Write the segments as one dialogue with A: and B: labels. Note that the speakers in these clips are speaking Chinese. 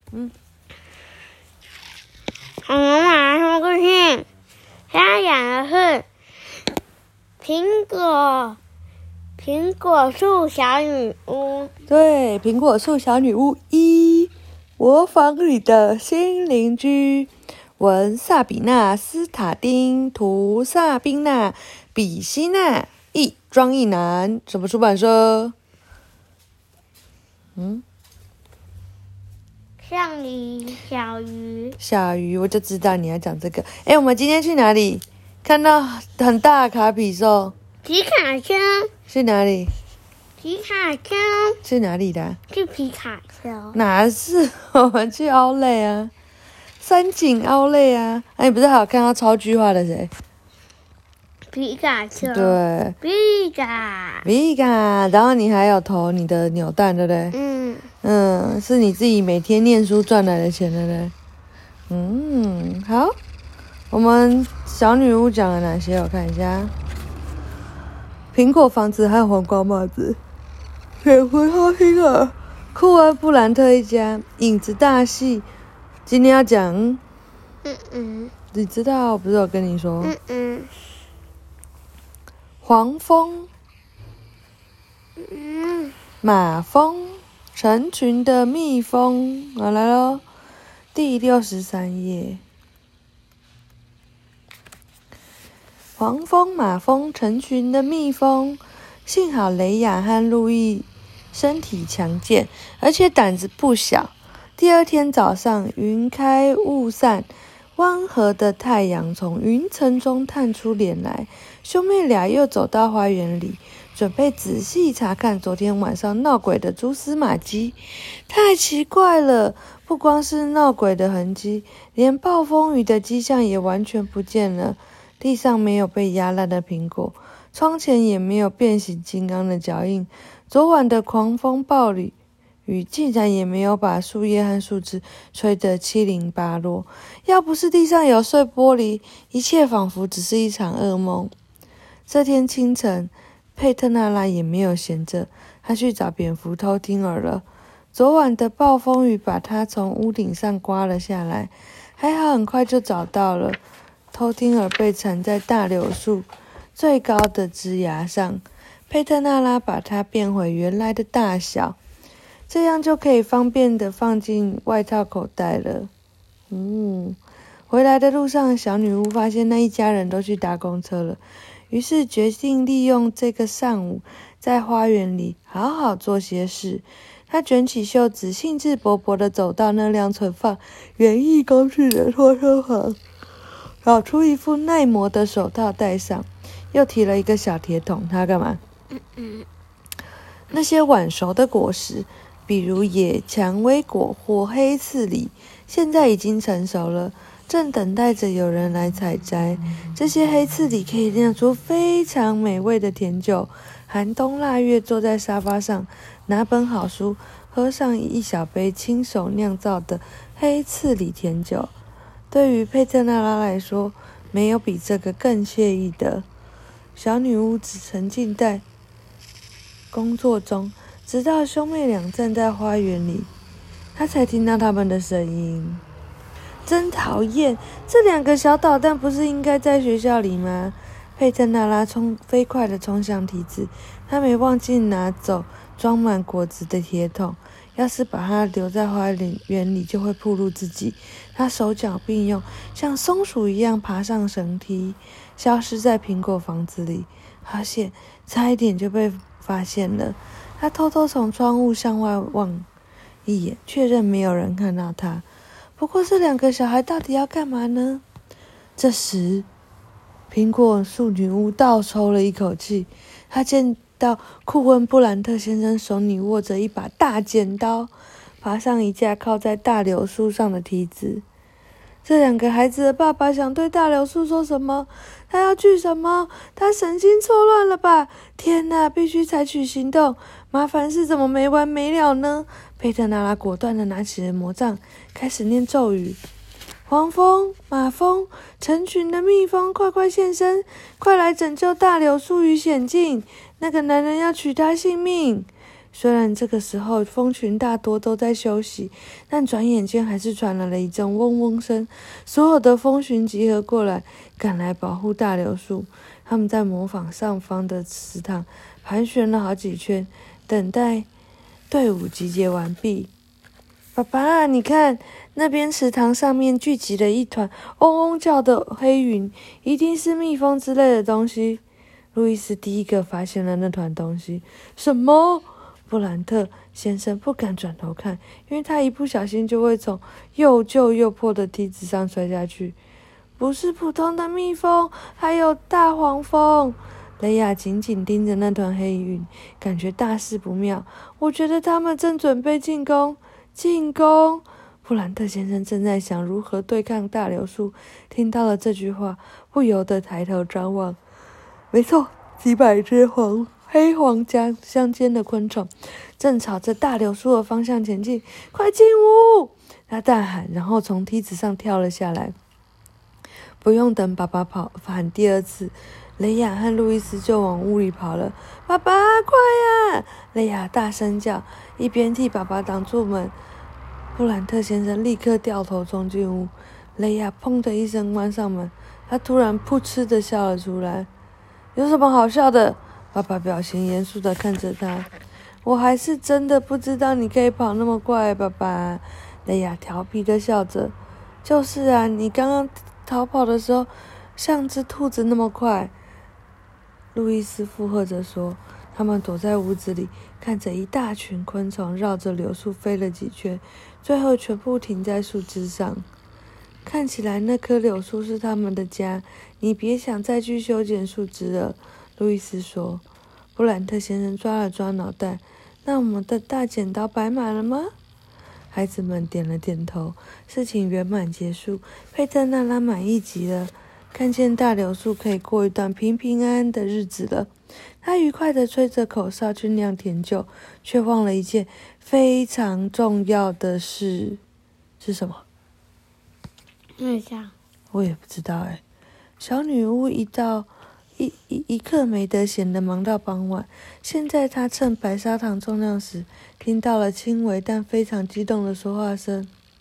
A: 恐龙妈妈说故事，他讲的是苹果树小女巫。
B: 对，苹果树小女巫1，我房里的新邻居。文萨比纳·斯塔丁，图萨宾娜·比希纳，译庄一男，什么出版社？
A: 上鱼小鱼。
B: 小鱼，我就知道你要讲这个。我们今天去哪里？看到很大的卡比兽。
A: 皮卡丘。
B: 去哪里？
A: 皮卡丘。
B: 去哪里的？
A: 去皮卡丘。
B: 哪是？我们去奥莱啊，三井奥莱啊。你不是还有看到超巨化的谁？
A: 皮卡丘。
B: 对。
A: 皮卡。
B: 然后你还有投你的扭蛋，对不对？是你自己每天念书赚来的钱，对不对？好，我们小女巫讲了哪些？我看一下。苹果房子和皇冠帽子，蝙蝠偷听耳，库恩布兰特一家，影子大戏。今天要讲，你知道，不是我跟你说，黄蜂，马蜂，成群的蜜蜂，我来咯，第63页。黄蜂、马蜂，成群的蜜蜂。幸好雷亚和路易身体强健，而且胆子不小。第二天早上，云开雾散，温和的太阳从云层中探出脸来。兄妹俩又走到花园里，准备仔细查看昨天晚上闹鬼的蛛丝马迹。太奇怪了，不光是闹鬼的痕迹，连暴风雨的迹象也完全不见了。地上没有被压烂的苹果，窗前也没有变形金刚的脚印。昨晚的狂风暴雨竟然也没有把树叶和树枝吹得七零八落。要不是地上有碎玻璃，一切仿佛只是一场噩梦。这天清晨，佩特纳拉也没有闲着，她去找蝙蝠偷听耳了。昨晚的暴风雨把她从屋顶上刮了下来，还好很快就找到了。偷听耳被缠在大柳树最高的枝芽上，佩特纳拉把它变回原来的大小，这样就可以方便地放进外套口袋了。回来的路上，小女巫发现那一家人都去搭公车了，于是决定利用这个上午在花园里好好做些事。她卷起袖子，兴致勃勃地走到那辆存放园艺工具的拖车旁，找出一副耐磨的手套戴上，又提了一个小铁桶。他干嘛？那些晚熟的果实，比如野蔷薇果或黑刺梨，现在已经成熟了，正等待着有人来采摘。这些黑刺梨可以酿出非常美味的甜酒。寒冬腊月，坐在沙发上，拿本好书，喝上一小杯亲手酿造的黑刺梨甜酒。对于佩特纳拉来说，没有比这个更惬意的。小女巫只沉浸在工作中，直到兄妹俩站在花园里，她才听到他们的声音。真讨厌，这两个小捣蛋不是应该在学校里吗？佩特纳拉飞快地冲向梯子，她没忘记拿走装满果子的铁桶。要是把它留在花园里，就会暴露自己。他手脚并用，像松鼠一样爬上绳梯，消失在苹果房子里。好险，差一点就被发现了。他偷偷从窗户向外望一眼，确认没有人看到他。不过这两个小孩到底要干嘛呢？这时，苹果树女巫倒抽了一口气，她见到库恩布兰特先生手里握着一把大剪刀，爬上一架靠在大柳树上的梯子。这两个孩子的爸爸想对大柳树说什么？他要去什么？他神经错乱了吧？天哪，必须采取行动！麻烦事怎么没完没了呢？佩特纳拉果断地拿起了魔杖，开始念咒语。黄蜂、马蜂，成群的蜜蜂，快快现身！快来拯救大柳树于险境！那个男人要取他性命！ 虽然这个时候蜂群大多都在休息，但转眼间还是传来了一阵嗡嗡声。所有的蜂群集合过来，赶来保护大柳树。他们在模仿上方的池塘盘旋了好几圈，等待队伍集结完毕。爸爸，你看，那边池塘上面聚集了一团嗡嗡叫的黑云，一定是蜜蜂之类的东西。路易斯第一个发现了那团东西。什么？布兰特先生不敢转头看，因为他一不小心就会从又旧又破的梯子上摔下去。不是普通的蜜蜂，还有大黄蜂。雷亚紧紧盯着那团黑云，感觉大事不妙。我觉得他们正准备进攻。进攻！布兰特先生正在想如何对抗大柳树，听到了这句话，不由得抬头张望。没错，几百只黑黄相间的昆虫正朝着大柳树的方向前进。快进屋！他大喊，然后从梯子上跳了下来。不用等爸爸喊第二次，雷亚和路易斯就往屋里跑了。爸爸，快呀！雷亚大声叫，一边替爸爸挡住门。布兰特先生立刻掉头冲进屋。雷亚砰的一声关上门，他突然噗嗤地笑了出来。有什么好笑的？爸爸表情严肃地看着他。我还是真的不知道你可以跑那么快，爸爸。雷亚调皮地笑着。就是啊，你刚刚逃跑的时候像只兔子那么快。路易斯附和着说。他们躲在屋子里，看着一大群昆虫绕着柳树飞了几圈，最后全部停在树枝上。看起来那棵柳树是他们的家，你别想再去修剪树枝了，路易斯说。布兰特先生抓了抓脑袋，那我们的大剪刀摆满了吗？孩子们点了点头，事情圆满结束。佩特纳拉满意极了，看见大柳树可以过一段平平安安的日子了。他愉快地吹着口哨去酿甜酒，却忘了一件非常重要的事。是什么？我也不知道哎。小女巫一刻没得闲的忙到傍晚。现在她趁白砂糖重量时，听到了轻微但非常激动的说话声。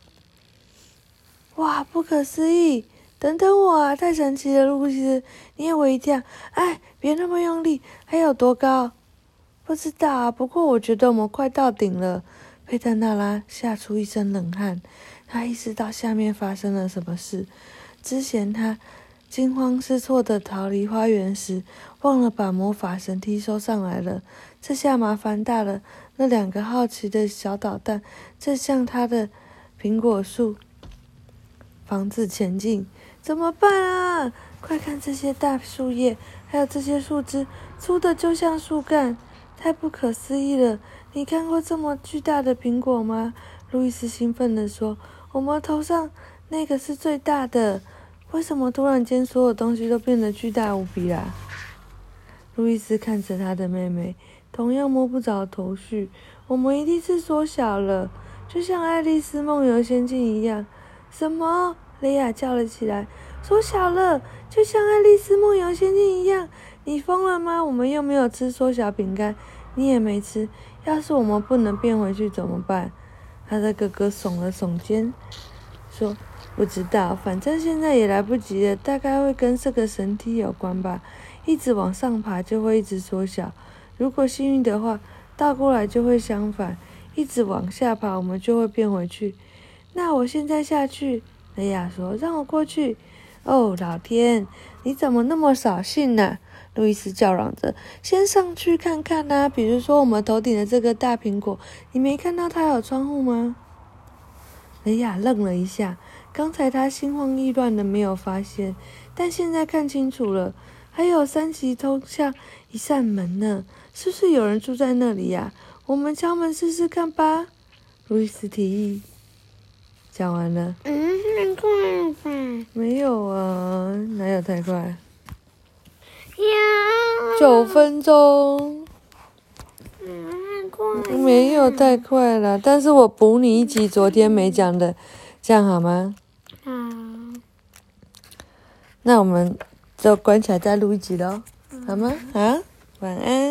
B: 哇，不可思议！等等我啊，太神奇了，路易斯，你我一跳。哎，别那么用力，还有多高？不知道啊，不过我觉得我们快到顶了。佩特纳拉吓出一身冷汗，她意识到下面发生了什么事。之前她惊慌失措地逃离花园时，忘了把魔法绳梯收上来了。这下麻烦大了，那两个好奇的小捣蛋正向她的苹果树房子前进。怎么办啊？快看这些大树叶，还有这些树枝，粗的就像树干，太不可思议了！你看过这么巨大的苹果吗？路易斯兴奋地说。我们头上那个是最大的。为什么突然间所有东西都变得巨大无比啦？路易斯看着他的妹妹，同样摸不着头绪。我们一定是缩小了，就像爱丽丝梦游仙境一样。什么？雷亚叫了起来。缩小了，就像爱丽丝梦游仙境一样。你疯了吗？我们又没有吃缩小饼干，你也没吃。要是我们不能变回去怎么办？他的哥哥耸了耸肩，说不知道，反正现在也来不及了，大概会跟这个绳梯有关吧。一直往上爬就会一直缩小，如果幸运的话，倒过来就会相反，一直往下爬我们就会变回去。那我现在下去，雷亚说，让我过去。哦，老天，你怎么那么扫兴呢？路易斯叫嚷着，先上去看看啊，比如说我们头顶的这个大苹果，你没看到它有窗户吗？雷亚愣了一下，刚才他心慌意乱的没有发现，但现在看清楚了，还有3级通向一扇门呢，是不是有人住在那里呀？我们敲门试试看吧，路易斯提议。讲完了。
A: 太快了吧？
B: 没有啊，哪有太快
A: 有。
B: 9分钟。
A: 太快了。
B: 没有太快了，但是我补你一集昨天没讲的，这样好吗？
A: 好。
B: 那我们就关起来再录一集咯，好吗？好，晚安。